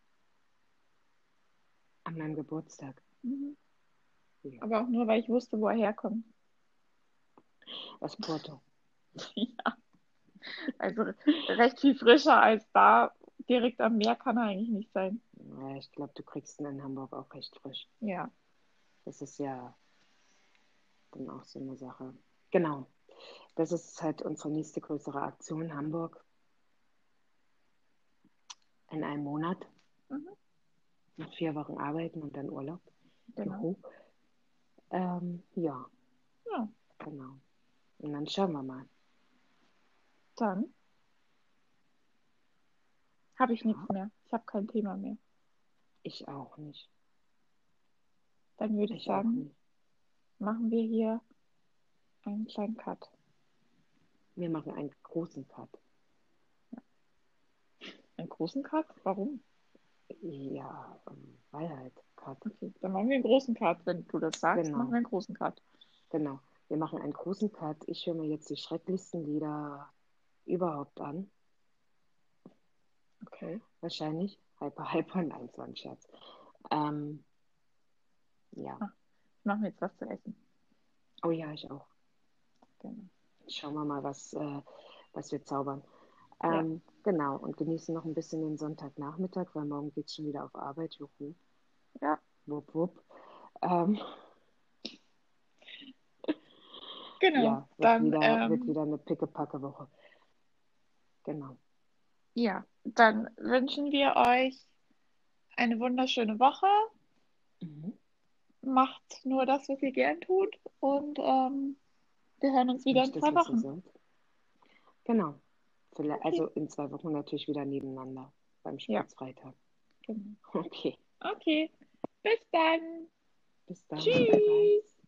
an meinem Geburtstag. Mhm. Ja. Aber auch nur, weil ich wusste, wo er herkommt. Aus Porto. Ja, also recht viel frischer als da. Direkt am Meer kann er eigentlich nicht sein. Ja, ich glaube, du kriegst ihn in Hamburg auch recht frisch. Ja. Das ist ja dann auch so eine Sache. Genau. Das ist halt unsere nächste größere Aktion, Hamburg, in einem Monat. Mhm. Mit vier Wochen arbeiten und dann Urlaub. Genau. Juhu. Ähm, ja, Ja, genau. Und dann schauen wir mal. dann habe ich nichts Ja, mehr. Ich habe kein Thema mehr. ich auch nicht. Dann würde ich Ich auch sagen, nicht. machen wir hier einen kleinen Cut. Wir machen einen großen Cut. Einen großen Cut? Warum? Ja, ähm, weil halt Cut. Okay, dann machen wir einen großen Cut. Wenn du das sagst, machen wir Genau, einen großen Cut. genau. Wir machen einen großen Cut. Ich höre mir jetzt die schrecklichsten Lieder überhaupt an. Okay. Wahrscheinlich. Hyper, Hyper, nein, so ein Scherz. Ähm, ja. Ah, ich mache mir jetzt was zu essen. Oh ja, ich auch. Genau. Schauen wir mal, was, äh, was wir zaubern. Ja. Ähm, genau, und genießen noch ein bisschen den Sonntagnachmittag, weil morgen geht es schon wieder auf Arbeit. Juhu. Ja, Wupp, wupp. Ähm, genau. ja, wird Dann, wieder, wird ähm, wieder eine Pickepacke-Woche. Genau. ja, dann wünschen wir euch eine wunderschöne Woche. Mhm. Macht nur das, was ihr gern tut. Und ähm, wir hören uns wieder in Möchtest, zwei was du Wochen. sonst? Genau. Vielleicht, Okay. also in zwei Wochen natürlich wieder nebeneinander beim Ja, Spritzfreitag. genau. Okay. Okay. Bis dann. Bis dann. Bye bye. Tschüss.